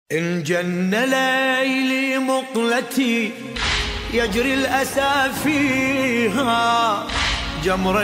إن جن ليلي مقلتي يجري الأسى فيها جمرا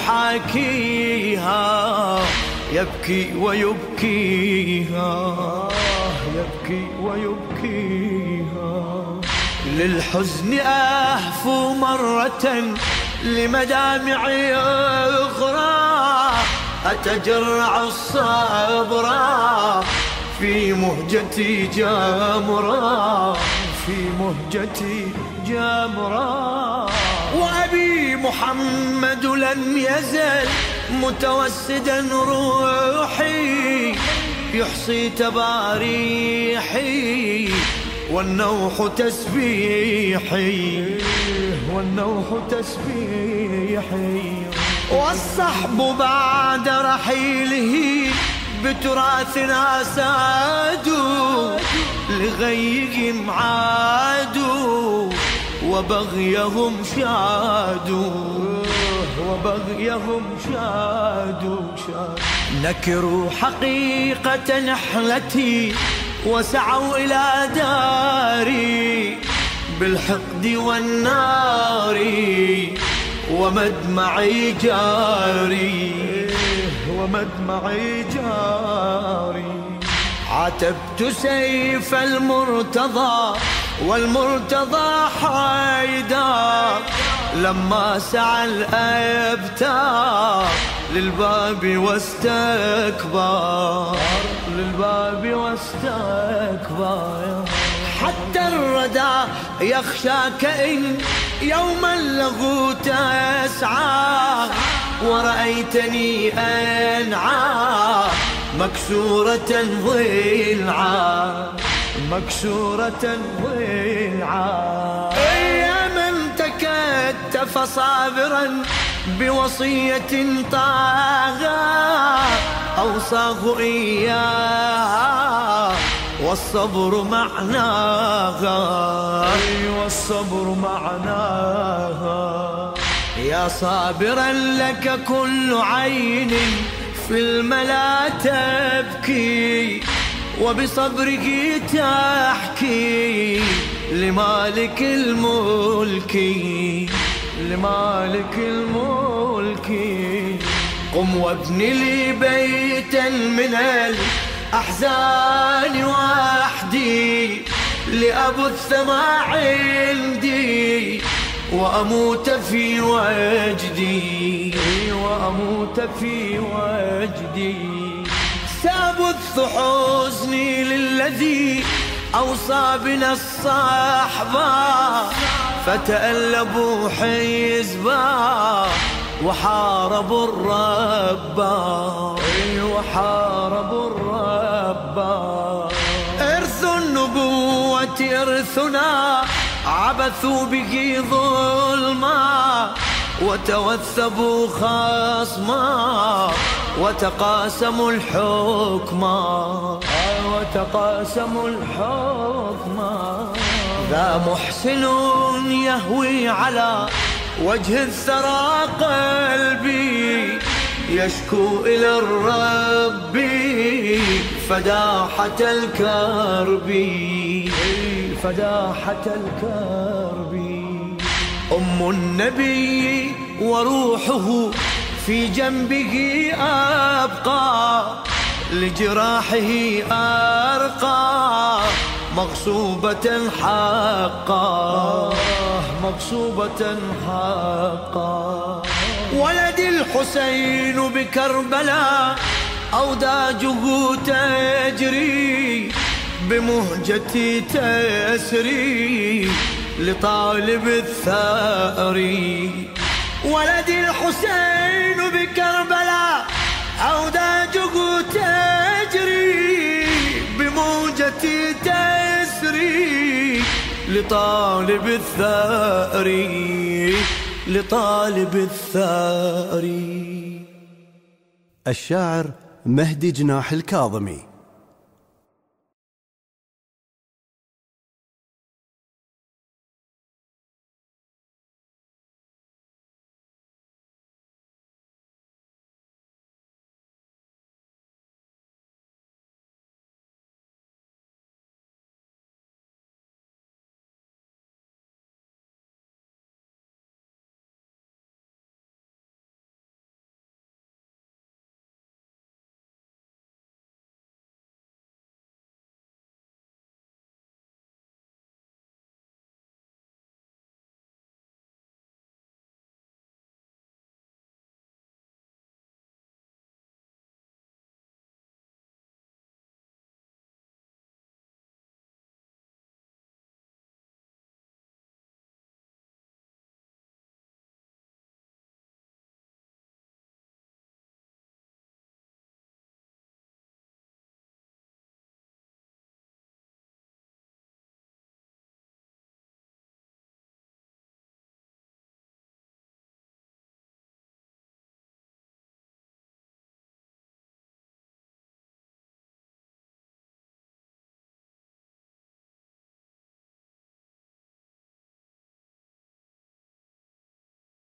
يحاكيها يبكي ويبكيها يبكي ويبكيها للحزن أهفو مرة لمدامعي أخرى أتجرع الصبر في مهجتي جمرة في مهجتي جمرة وأبي محمد لم يزل متوسدا روحي يحصي تباريحي والنوح تسبيحي والنوح تسبيحي والصحب بعد رحيله بتراثنا سادوا لغيهم عادوا وبغيهم شادوا وبغيهم شادوا نكروا حقيقة نحلتي وسعوا إلى داري بالحقد والنار ومدمعي جاري ومدمعي جاري عاتبت سيف المرتضى والمرتضى حيدر لما سعى الأبتار للباب واستكبر للباب واستكبر حتى الردى يخشاك إن يوما له تسعى ورأيتني أنعى مكسورة ضلعا مكسورة ضلعا يا من تكتف صابرا بوصية طاغى أوصاه إياها والصبر معناها والصبر معناها يا صابرا لك كل عين في الملا تبكي وبصبرك تحكي لمالك الملك لمالك الملك قم وابن لي بيتا من الأحزان وحدي لأبث ما عندي وأموت في وجدي وأموت في وجدي سأبث حزني للذي أوصى بنا الصحبة فتألبوا حزبا وحاربوا الرب وحاربوا الرب إرث النبوة إرثنا عبثوا به ظلما وتوثبوا خصما وتقاسموا الحكم وتقاسموا الحكم ذا محسن يهوي على وجه الثرى قلبي يشكو إلى الرب فداحة الكرب فداحة الكرب أم النبي وروحه في جنبه أبقى لجراحه أرقى مغصوبة حقا مغصوبة حقا ولدي الحسين بكربلاء أوداجه تجري بمهجتي تسري لطالب الثأر ولدي الحسين بكربلاء أوداجه تجري بموجتي تسري لطالب الثأر لطالب الثأر. الشاعر مهدي جناح الكاظمي.